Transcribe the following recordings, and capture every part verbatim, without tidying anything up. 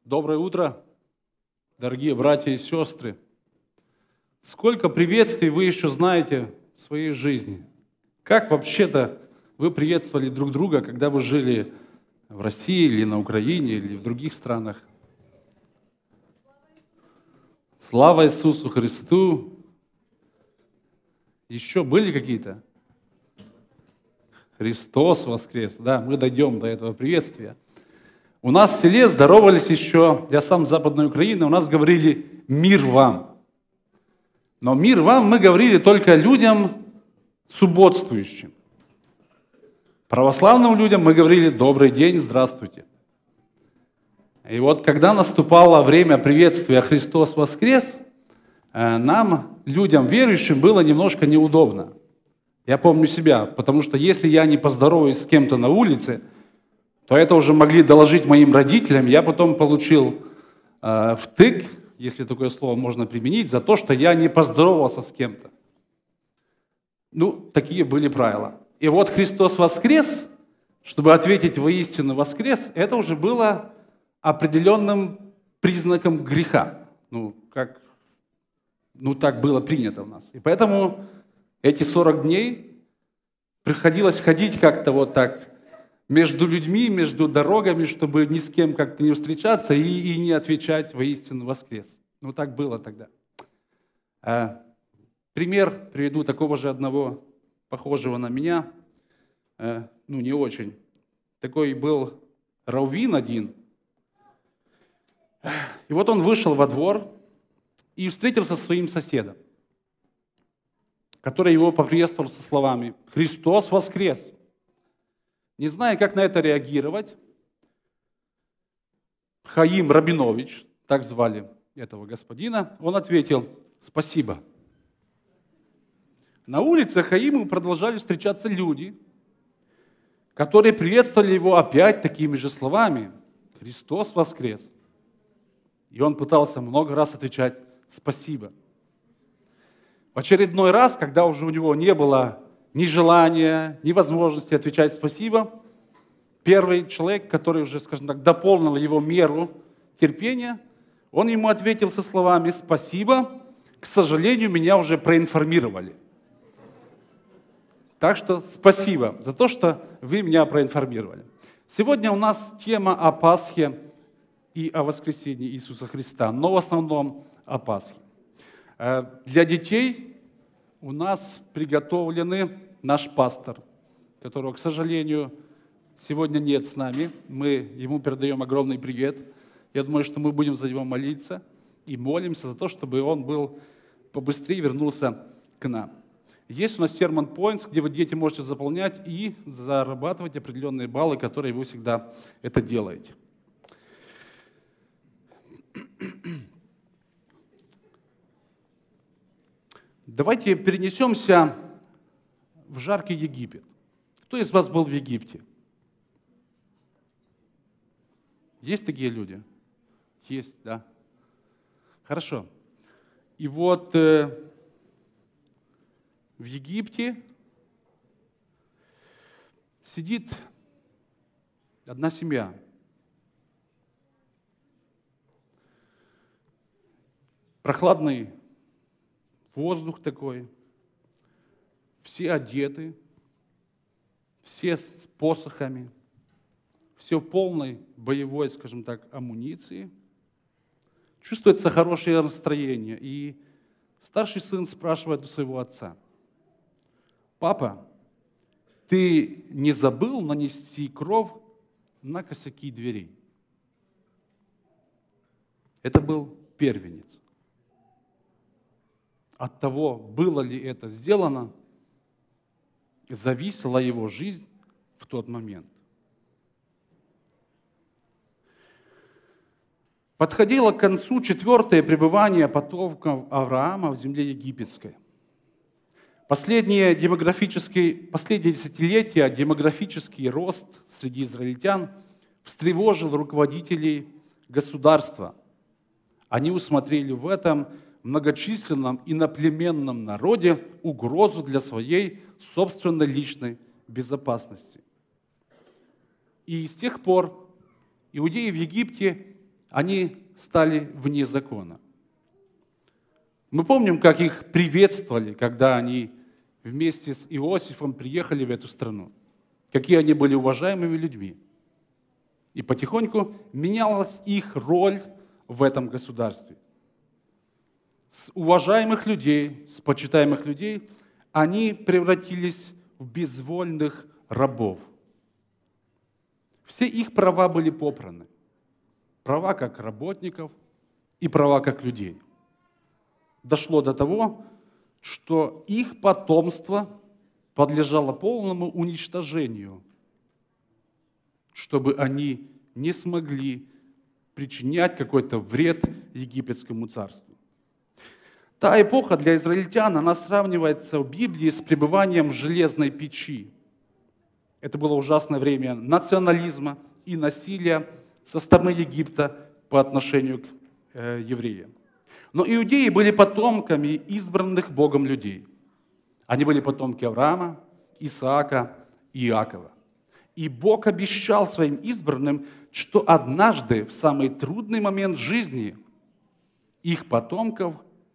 Доброе утро, дорогие братья и сестры. Сколько приветствий вы еще знаете в своей жизни? Как вообще-то вы приветствовали друг друга, когда вы жили в России или на Украине или в других странах? Слава Иисусу Христу! Еще были какие-то? Христос воскрес! Да, мы дойдем до этого приветствия. У нас в селе здоровались еще, я сам с Западной Украины, у нас говорили «мир вам». Но «мир вам» мы говорили только людям субботствующим. Православным людям мы говорили «добрый день, здравствуйте». И вот когда наступало время приветствия «Христос воскрес», нам, людям верующим, было немножко неудобно. Я помню себя, потому что если я не поздороваюсь с кем-то на улице, то это уже могли доложить моим родителям. Я потом получил э, втык, если такое слово можно применить, за то, что я не поздоровался с кем-то. Ну, такие были правила. И вот Христос воскрес, чтобы ответить воистину воскрес, это уже было определенным признаком греха. Ну, как, ну, так было принято у нас. И поэтому эти сорок дней приходилось ходить как-то вот так, между людьми, между дорогами, чтобы ни с кем как-то не встречаться и, и не отвечать воистину воскрес. Ну, так было тогда. А, пример приведу такого же одного, похожего на меня, а, ну, не очень. Такой был Раувин один. И вот он вышел во двор и встретился со своим соседом, который его поприветствовал со словами «Христос воскрес!». Не зная, как на это реагировать, Хаим Рабинович, так звали этого господина, он ответил «Спасибо». На улице Хаиму продолжали встречаться люди, которые приветствовали его опять такими же словами «Христос воскрес». И он пытался много раз отвечать «Спасибо». В очередной раз, когда уже у него не было ни желания, ни возможности отвечать «спасибо», первый человек, который уже, скажем так, дополнил его меру терпения, он ему ответил со словами «спасибо, к сожалению, меня уже проинформировали». Так что спасибо за то, что вы меня проинформировали. Сегодня у нас тема о Пасхе и о воскресении Иисуса Христа, но в основном о Пасхе. Для детей у нас приготовлены наш пастор, которого, к сожалению, сегодня нет с нами. Мы ему передаем огромный привет. Я думаю, что мы будем за него молиться и молимся за то, чтобы он был побыстрее вернулся к нам. Есть у нас Sermon Points, где вы, дети, можете заполнять и зарабатывать определенные баллы, которые вы всегда это делаете. Давайте перенесемся в жаркий Египет. Кто из вас был в Египте? Есть такие люди? Есть, да. Хорошо. И вот э, в Египте сидит одна семья. Прохладный воздух такой. Все одеты, все с посохами, все в полной боевой, скажем так, амуниции. Чувствуется хорошее настроение. И старший сын спрашивает у своего отца: «Папа, ты не забыл нанести кровь на косяки дверей?» Это был первенец. От того, было ли это сделано, зависела его жизнь в тот момент. Подходило к концу четвертое пребывание потомков Авраама в земле египетской. Последние демографические, последние десятилетия демографический рост среди израильтян встревожил руководителей государства. Они усмотрели в этом многочисленном иноплеменном народе угрозу для своей собственной личной безопасности. И с тех пор иудеи в Египте они стали вне закона. Мы помним, как их приветствовали, когда они вместе с Иосифом приехали в эту страну. Какие они были уважаемыми людьми. И потихоньку менялась их роль в этом государстве. С уважаемых людей, с почитаемых людей, они превратились в безвольных рабов. Все их права были попраны. Права как работников и права как людей. Дошло до того, что их потомство подлежало полному уничтожению, чтобы они не смогли причинять какой-то вред египетскому царству. Та эпоха для израильтян, она сравнивается в Библии с пребыванием в железной печи. Это было ужасное время национализма и насилия со стороны Египта по отношению к э, евреям. Но иудеи были потомками избранных Богом людей. Они были потомки Авраама, Исаака и Иакова. И Бог обещал своим избранным, что однажды, в самый трудный момент жизни, их потомков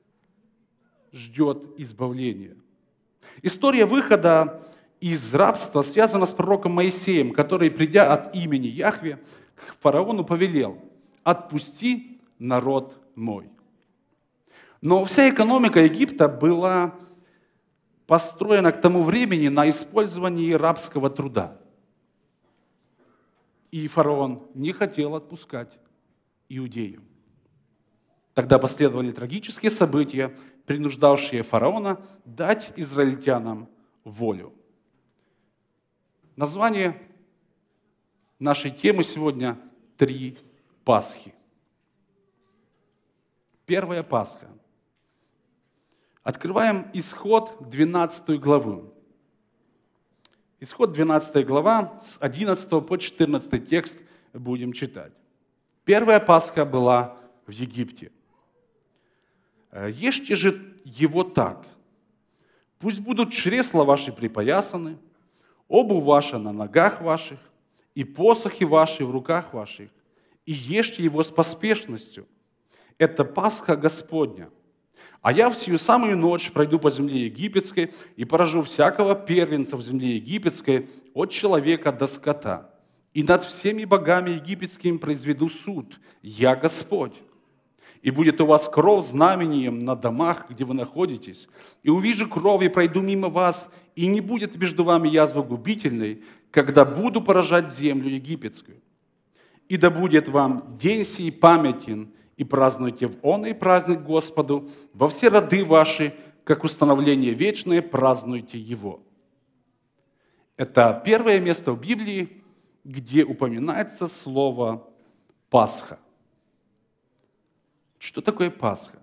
ждет избавление. История выхода из рабства связана с пророком Моисеем, который, придя от имени Яхве, к фараону повелел: «Отпусти народ мой». Но вся экономика Египта была построена к тому времени на использовании рабского труда. И фараон не хотел отпускать иудеев. Тогда последовали трагические события, принуждавшие фараона дать израильтянам волю. Название нашей темы сегодня «Три Пасхи». Первая Пасха. Открываем Исход, двенадцатую главу. Исход, двенадцатая глава, с одиннадцатого по четырнадцатый текст будем читать. Первая Пасха была в Египте. «Ешьте же его так. Пусть будут чресла ваши припоясаны, обувь ваша на ногах ваших, и посохи ваши в руках ваших, и ешьте его с поспешностью. Это Пасха Господня. А я в сию самую ночь пройду по земле египетской и поражу всякого первенца в земле египетской от человека до скота. И над всеми богами египетскими произведу суд. Я Господь. И будет у вас кровь знамением на домах, где вы находитесь. И увижу кровь, и пройду мимо вас, и не будет между вами язвы губительной, когда буду поражать землю египетскую. И да будет вам день сей памятен, и празднуйте в он и праздник Господу, во все роды ваши, как установление вечное, празднуйте его». Это первое место в Библии, где упоминается слово «Пасха». Что такое Пасха?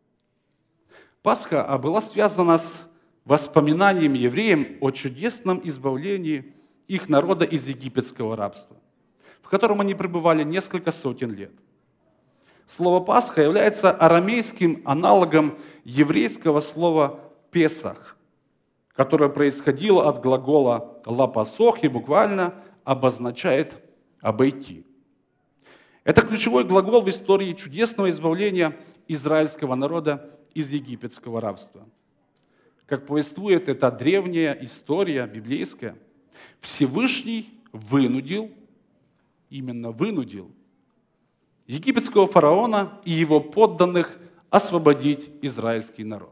Пасха была связана с воспоминанием евреям о чудесном избавлении их народа из египетского рабства, в котором они пребывали несколько сотен лет. Слово «Пасха» является арамейским аналогом еврейского слова «песах», которое происходило от глагола «лапасох» и буквально обозначает «обойти». Это ключевой глагол в истории чудесного избавления израильского народа из египетского рабства. Как повествует эта древняя история библейская, Всевышний вынудил, именно вынудил, египетского фараона и его подданных освободить израильский народ.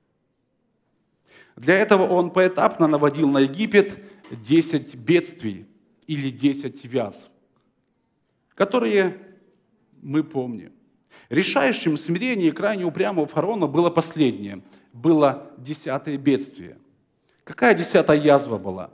Для этого он поэтапно наводил на Египет десять бедствий или десять язв, которые мы помним. Решающим в смирении крайне упрямого фараона было последнее, было десятое бедствие. Какая десятая язва была?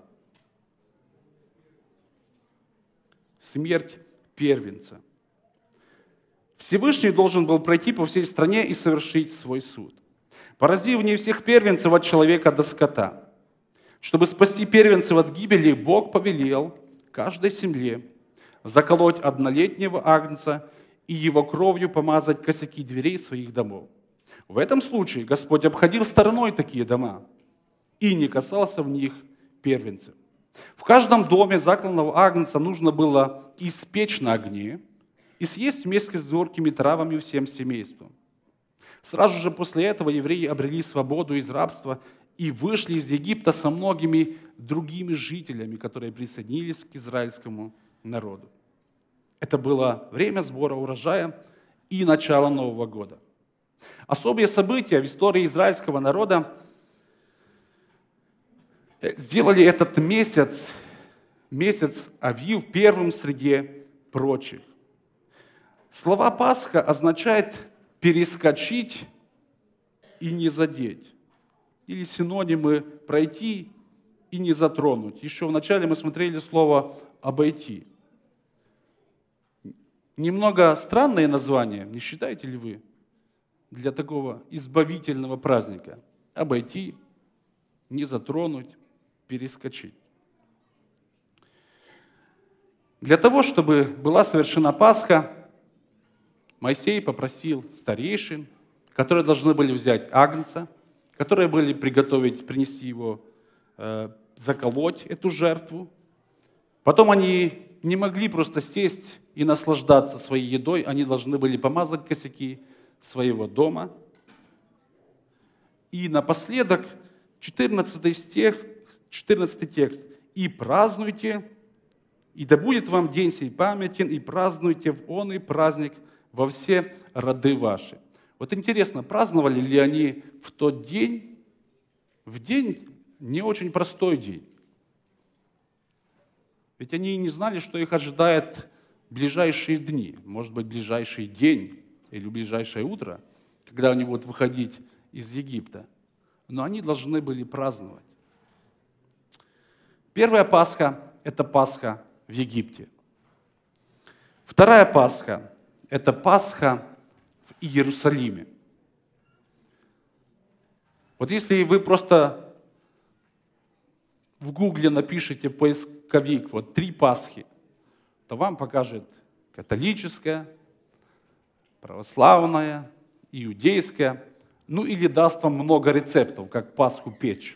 Смерть первенца. Всевышний должен был пройти по всей стране и совершить свой суд, поразив в ней всех первенцев от человека до скота. Чтобы спасти первенцев от гибели, Бог повелел каждой семье заколоть однолетнего агнца и его кровью помазать косяки дверей своих домов. В этом случае Господь обходил стороной такие дома и не касался в них первенцев. В каждом доме закланного агнца нужно было испечь на огне и съесть вместе с горькими травами всем семейством. Сразу же после этого евреи обрели свободу из рабства и вышли из Египта со многими другими жителями, которые присоединились к израильскому народу. Это было время сбора урожая и начала Нового года. Особые события в истории израильского народа сделали этот месяц, месяц Авив, первым среди прочих. Слова Пасха означает перескочить и не задеть. Или синонимы пройти и не затронуть. Еще вначале мы смотрели слово обойти. Немного странное название, не считаете ли вы, для такого избавительного праздника? Обойти, не затронуть, перескочить. Для того, чтобы была совершена Пасха, Моисей попросил старейшин, которые должны были взять агнца, которые были приготовить, принести его, э, заколоть эту жертву. Потом они не могли просто сесть и наслаждаться своей едой, они должны были помазать косяки своего дома. И напоследок, четырнадцатый стих, четырнадцатый текст. «И празднуйте, и да будет вам день сей памятен, и празднуйте в он и праздник во все роды ваши». Вот интересно, праздновали ли они в тот день, в день не очень простой день? Ведь они не знали, что их ожидает в ближайшие дни, может быть, ближайший день или ближайшее утро, когда они будут выходить из Египта. Но они должны были праздновать. Первая Пасха – это Пасха в Египте. Вторая Пасха – это Пасха в Иерусалиме. Вот если вы просто в Гугле напишите поисковик, вот три Пасхи, то вам покажет католическая, православная, иудейская, ну или даст вам много рецептов, как Пасху печь.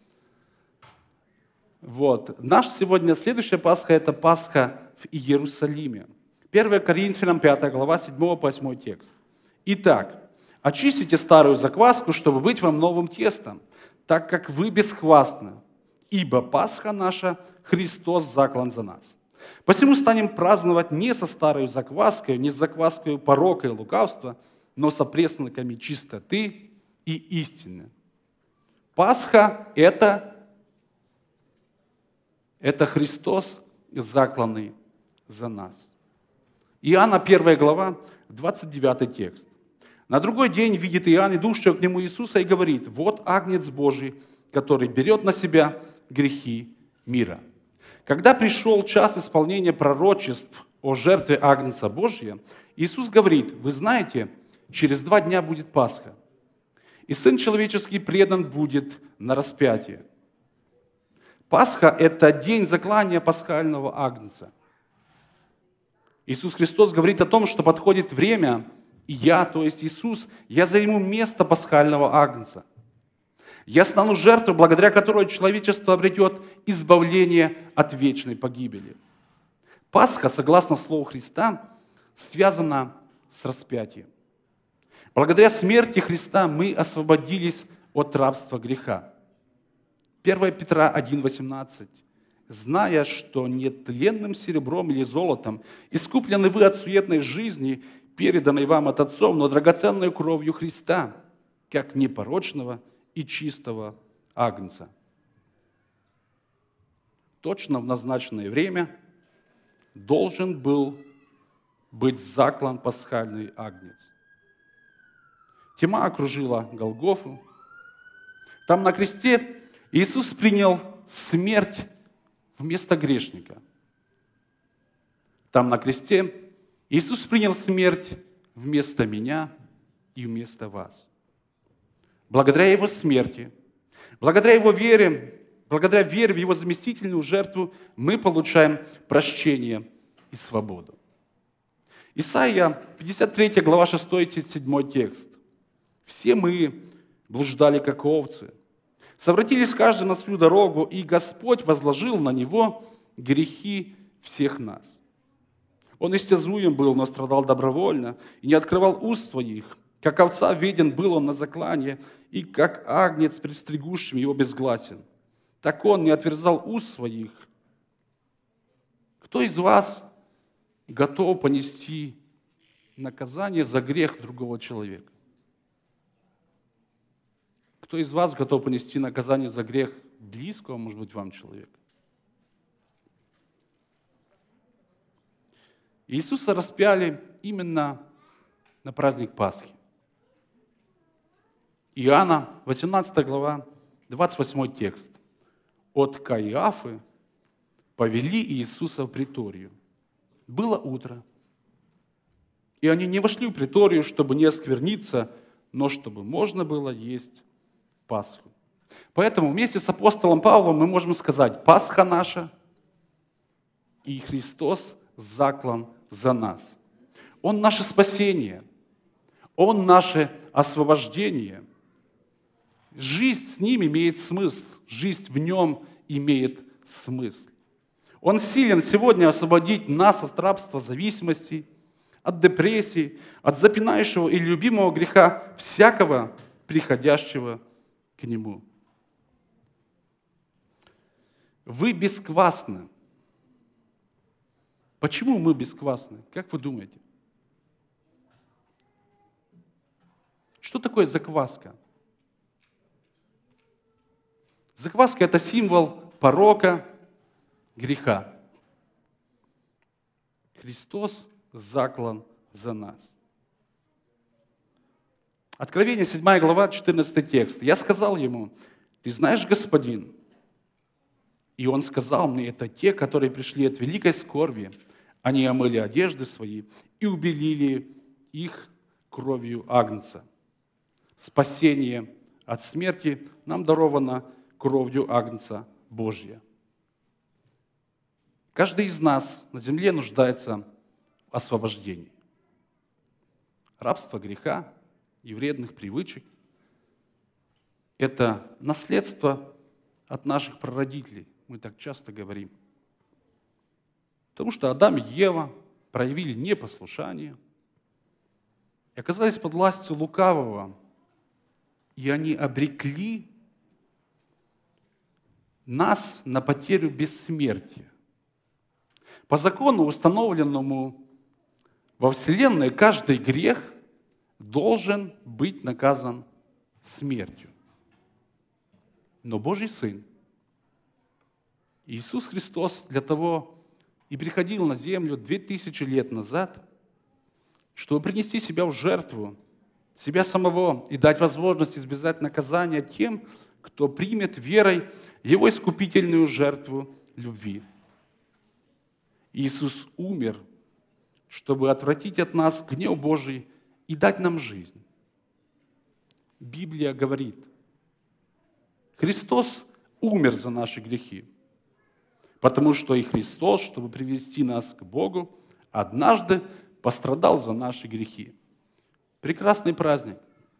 Вот. Наш сегодня, следующая Пасха – это Пасха в Иерусалиме. первое Коринфянам пятая глава, седьмой по восьмой текст. «Итак, очистите старую закваску, чтобы быть вам новым тестом, так как вы бесхвастны, ибо Пасха наша – Христос заклан за нас. Посему станем праздновать не со старой закваской, не с закваской порока и лукавства, но с опресноками чистоты и истины». Пасха – это, это Христос, закланный за нас. Иоанна первая глава, двадцать девятый текст. «На другой день видит Иоанн идущего к нему Иисуса и говорит: вот Агнец Божий, который берет на себя грехи мира. Когда пришел час исполнения пророчеств о жертве Агнца Божия, Иисус говорит: вы знаете, через два дня будет Пасха, и Сын Человеческий предан будет на распятие». Пасха – это день заклания пасхального агнца. Иисус Христос говорит о том, что подходит время, и я, то есть Иисус, я займу место пасхального агнца. Я стану жертвой, благодаря которой человечество обретет избавление от вечной погибели. Пасха, согласно Слову Христа, связана с распятием. Благодаря смерти Христа мы освободились от рабства греха. первое Петра один восемнадцать. «Зная, что нетленным серебром или золотом искуплены вы от суетной жизни, переданной вам от отцов, но драгоценной кровью Христа, как непорочного и чистого агнца». Точно в назначенное время должен был быть заклан пасхальный агнец. Тьма окружила Голгофу. Там на кресте Иисус принял смерть вместо грешника. Там на кресте Иисус принял смерть вместо меня и вместо вас. Благодаря Его смерти, благодаря Его вере, благодаря вере в Его заместительную жертву мы получаем прощение и свободу. Исайя, пятьдесят третья глава, шестой-седьмой текст. «Все мы блуждали, как овцы, совратились каждый на свою дорогу, и Господь возложил на него грехи всех нас». Он истязуем был, но страдал добровольно, и не открывал уст своих. Как овца веден был он на заклание, и как агнец пред стригущим его безгласен. Так он не отверзал уст своих. Кто из вас готов понести наказание за грех другого человека? Кто из вас готов понести наказание за грех близкого, может быть, вам человека? Иисуса распяли именно на праздник Пасхи. Иоанна, восемнадцатая глава, двадцать восьмой текст. От Каиафы повели Иисуса в приторию. Было утро, и они не вошли в приторию, чтобы не оскверниться, но чтобы можно было есть Пасху. Поэтому вместе с апостолом Павлом мы можем сказать: Пасха наша, и Христос заклан за нас. Он наше спасение, Он наше освобождение. Жизнь с Ним имеет смысл, жизнь в Нем имеет смысл. Он силен сегодня освободить нас от рабства зависимости, от депрессии, от запинающего и любимого греха всякого, приходящего к Нему. Вы бесквасны. Почему мы бесквасны? Как вы думаете? Что такое закваска? Закваска – это символ порока, греха. Христос заклан за нас. Откровение, седьмая глава, четырнадцатый текст. «Я сказал ему: ты знаешь, Господин?» И он сказал мне: это те, которые пришли от великой скорби. Они омыли одежды свои и убелили их кровью Агнца. Спасение от смерти нам даровано кровью Агнца Божья. Каждый из нас на земле нуждается в освобождении. Рабство греха и вредных привычек – это наследство от наших прародителей. Мы так часто говорим. Потому что Адам и Ева проявили непослушание и оказались под властью лукавого, и они обрекли нас на потерю бессмертия. По закону, установленному во Вселенной, каждый грех должен быть наказан смертью. Но Божий Сын, Иисус Христос, для того и приходил на землю две тысячи лет назад, чтобы принести себя в жертву, себя самого, и дать возможность избежать наказания тем, кто примет верой Его искупительную жертву любви. Иисус умер, чтобы отвратить от нас гнев Божий и дать нам жизнь. Библия говорит: Христос умер за наши грехи, потому что и Христос, чтобы привести нас к Богу, однажды пострадал за наши грехи. Прекрасный праздник.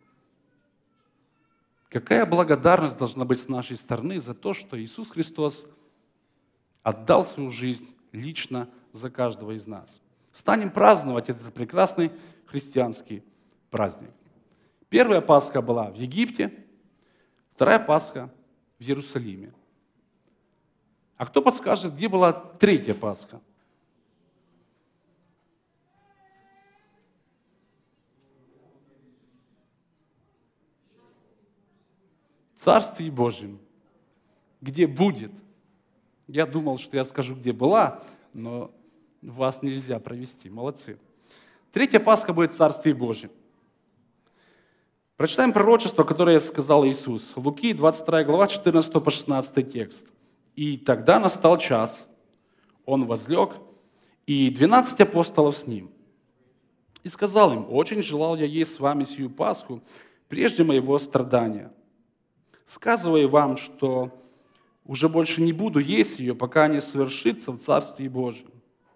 Какая благодарность должна быть с нашей стороны за то, что Иисус Христос отдал свою жизнь лично за каждого из нас. Станем праздновать этот прекрасный христианский праздник. Первая Пасха была в Египте, вторая Пасха в Иерусалиме. А кто подскажет, где была третья Пасха? В Царстве Божьем. Где будет? Я думал, что я скажу, где была, но вас нельзя провести. Молодцы. Третья Пасха будет в Царстве Божьем. Прочитаем пророчество, которое сказал Иисус. Луки, двадцать вторая глава, четырнадцатый по шестнадцатый текст. «И тогда настал час, он возлег, и двенадцать апостолов с ним. И сказал им: очень желал я есть с вами сию Пасху, прежде моего страдания. Сказываю вам, что уже больше не буду есть ее, пока не совершится в Царстве Божьем».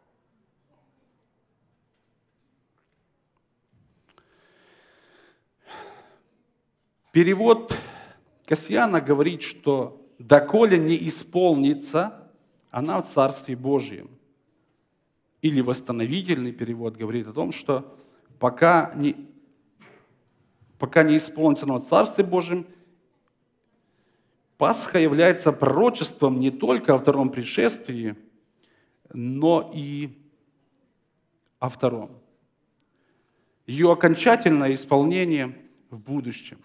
Перевод Кассиана говорит, что «доколе не исполнится она в Царстве Божьем». или восстановительный перевод говорит о том, что пока не, пока не исполнится в Царстве Божьем, Пасха является пророчеством не только о втором пришествии, но и о втором. Ее окончательное исполнение в будущем.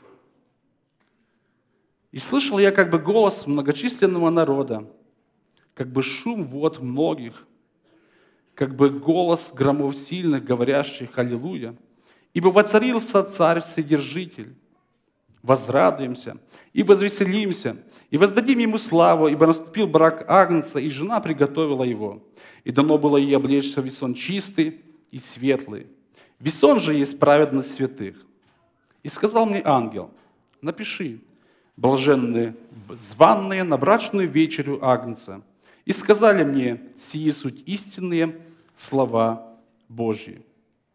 И слышал я как бы голос многочисленного народа, как бы шум вод многих, как бы голос громов сильных, говорящих «Аллилуйя». Ибо воцарился Царь Вседержитель. Возрадуемся и возвеселимся, и воздадим Ему славу, ибо наступил брак Агнца, и жена приготовила его. И дано было ей облечься в весон чистый и светлый. Весон же есть праведность святых. И сказал мне ангел: напиши: блаженные званные на брачную вечерю Агнца. И сказали мне: сии суть истинные слова Божьи.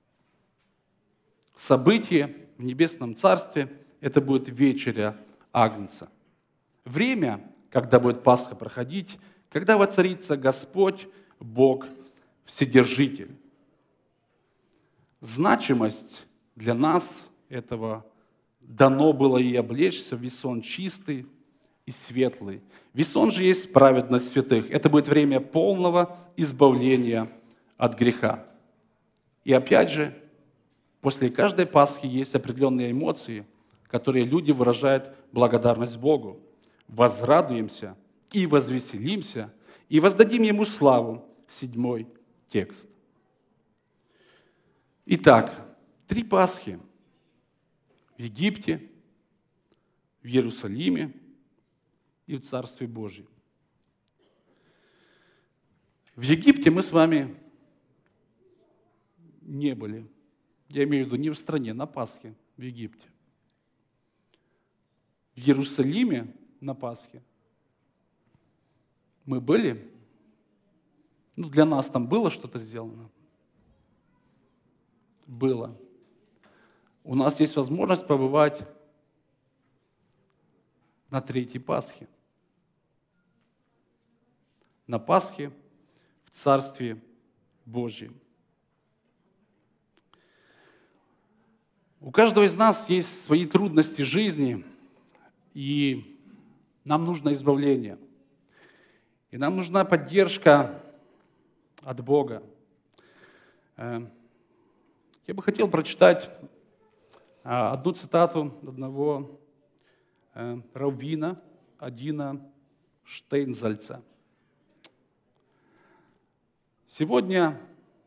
Событие в Небесном Царстве – это будет вечеря Агнца. Время, когда будет Пасха проходить, когда воцарится Господь, Бог, Вседержитель. Значимость для нас этого дано было и облечься в весон чистый и светлый. Весон же есть праведность святых. Это будет время полного избавления от греха. И опять же, после каждой Пасхи есть определенные эмоции, которые люди выражают благодарность Богу. Возрадуемся и возвеселимся, и воздадим Ему славу. Седьмой текст. Итак, три Пасхи в Египте, в Иерусалиме и в Царстве Божьем. В Египте мы с вами не были. Я имею в виду не в стране, на Пасхе в Египте. В Иерусалиме на Пасхе мы были. Ну, для нас там было что-то сделано. Было. У нас есть возможность побывать на Третьей Пасхе. На Пасхе в Царстве Божьем. У каждого из нас есть свои трудности жизни, и нам нужно избавление. И нам нужна поддержка от Бога. Я бы хотел прочитать одну цитату одного раввина, Адина Штейнзальца. Сегодня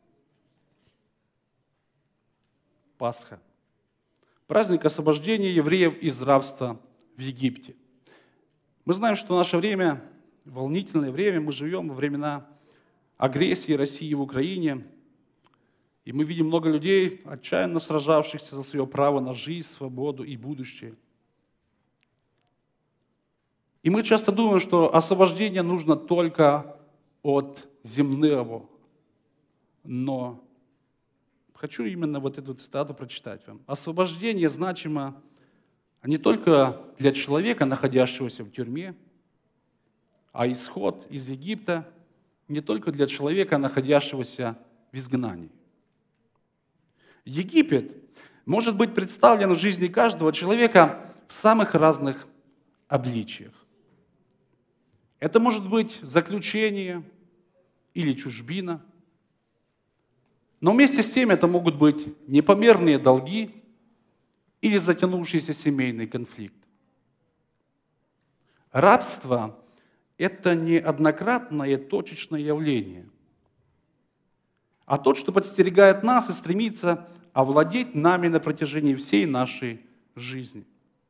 Пасха. Праздник освобождения евреев из рабства в Египте. Мы знаем, что наше время, волнительное время, мы живем во времена агрессии России в Украине, и мы видим много людей, отчаянно сражавшихся за свое право на жизнь, свободу и будущее. И мы часто думаем, что освобождение нужно только от земного, но хочу именно вот эту цитату прочитать вам. Освобождение значимо не только для человека, находящегося в тюрьме, а исход из Египта не только для человека, находящегося в изгнании. Египет может быть представлен в жизни каждого человека в самых разных обличиях. Это может быть заключение или чужбина, но вместе с тем это могут быть непомерные долги или затянувшийся семейный конфликт. Рабство – это не однократное точечное явление, а тот, что подстерегает нас и стремится овладеть нами на протяжении всей нашей жизни.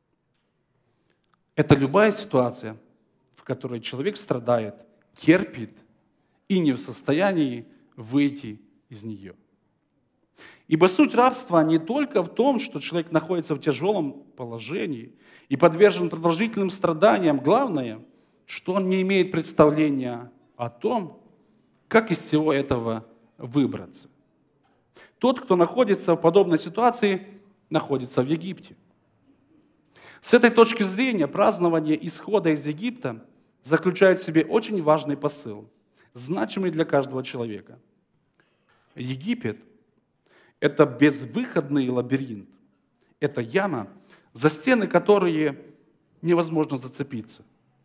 Это любая ситуация, в которой человек страдает, терпит и не в состоянии выйти из нее. Ибо суть рабства не только в том, что человек находится в тяжелом положении и подвержен продолжительным страданиям. Главное, что он не имеет представления о том, как из всего этого выбраться. Тот, кто находится в подобной ситуации, находится в Египте. С этой точки зрения празднование исхода из Египта заключает в себе очень важный посыл, значимый для каждого человека. Египет – это безвыходный лабиринт. Это яма, за стены которые невозможно зацепиться.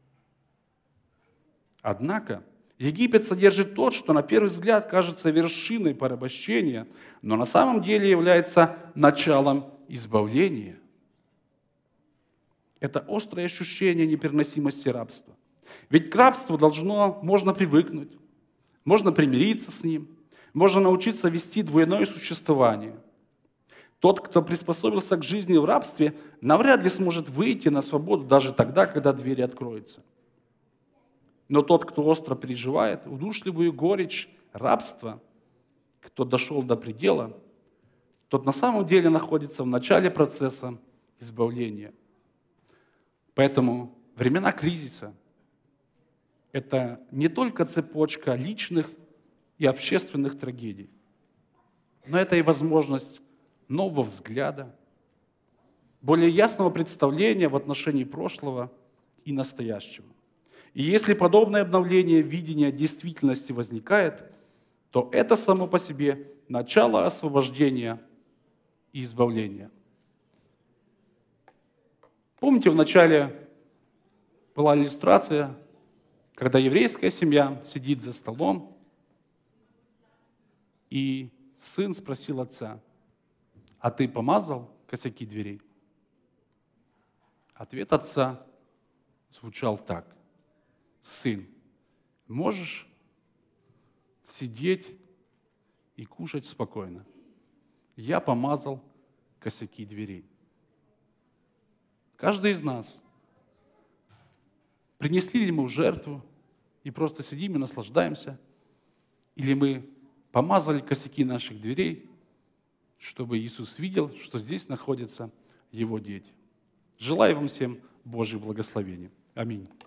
Однако Египет содержит то, что на первый взгляд кажется вершиной порабощения, но на самом деле является началом избавления. Это острое ощущение непереносимости рабства. Ведь к рабству должно, можно привыкнуть, можно примириться с ним, можно научиться вести двойное существование. Тот, кто приспособился к жизни в рабстве, навряд ли сможет выйти на свободу даже тогда, когда двери откроются. Но тот, кто остро переживает удушливую горечь рабства, кто дошел до предела, тот на самом деле находится в начале процесса избавления. Поэтому времена кризиса – это не только цепочка личных и общественных трагедий, но это и возможность нового взгляда, более ясного представления в отношении прошлого и настоящего. И если подобное обновление видения действительности возникает, то это само по себе начало освобождения и избавления. Помните, в начале была иллюстрация, когда еврейская семья сидит за столом, и сын спросил отца: «А ты помазал косяки дверей?» Ответ отца звучал так: «Сын, можешь сидеть и кушать спокойно. Я помазал косяки дверей». Каждый из нас, принесли ли мы в жертву и просто сидим и наслаждаемся, или мы помазали косяки наших дверей, чтобы Иисус видел, что здесь находятся Его дети. Желаю вам всем Божьих благословений. Аминь.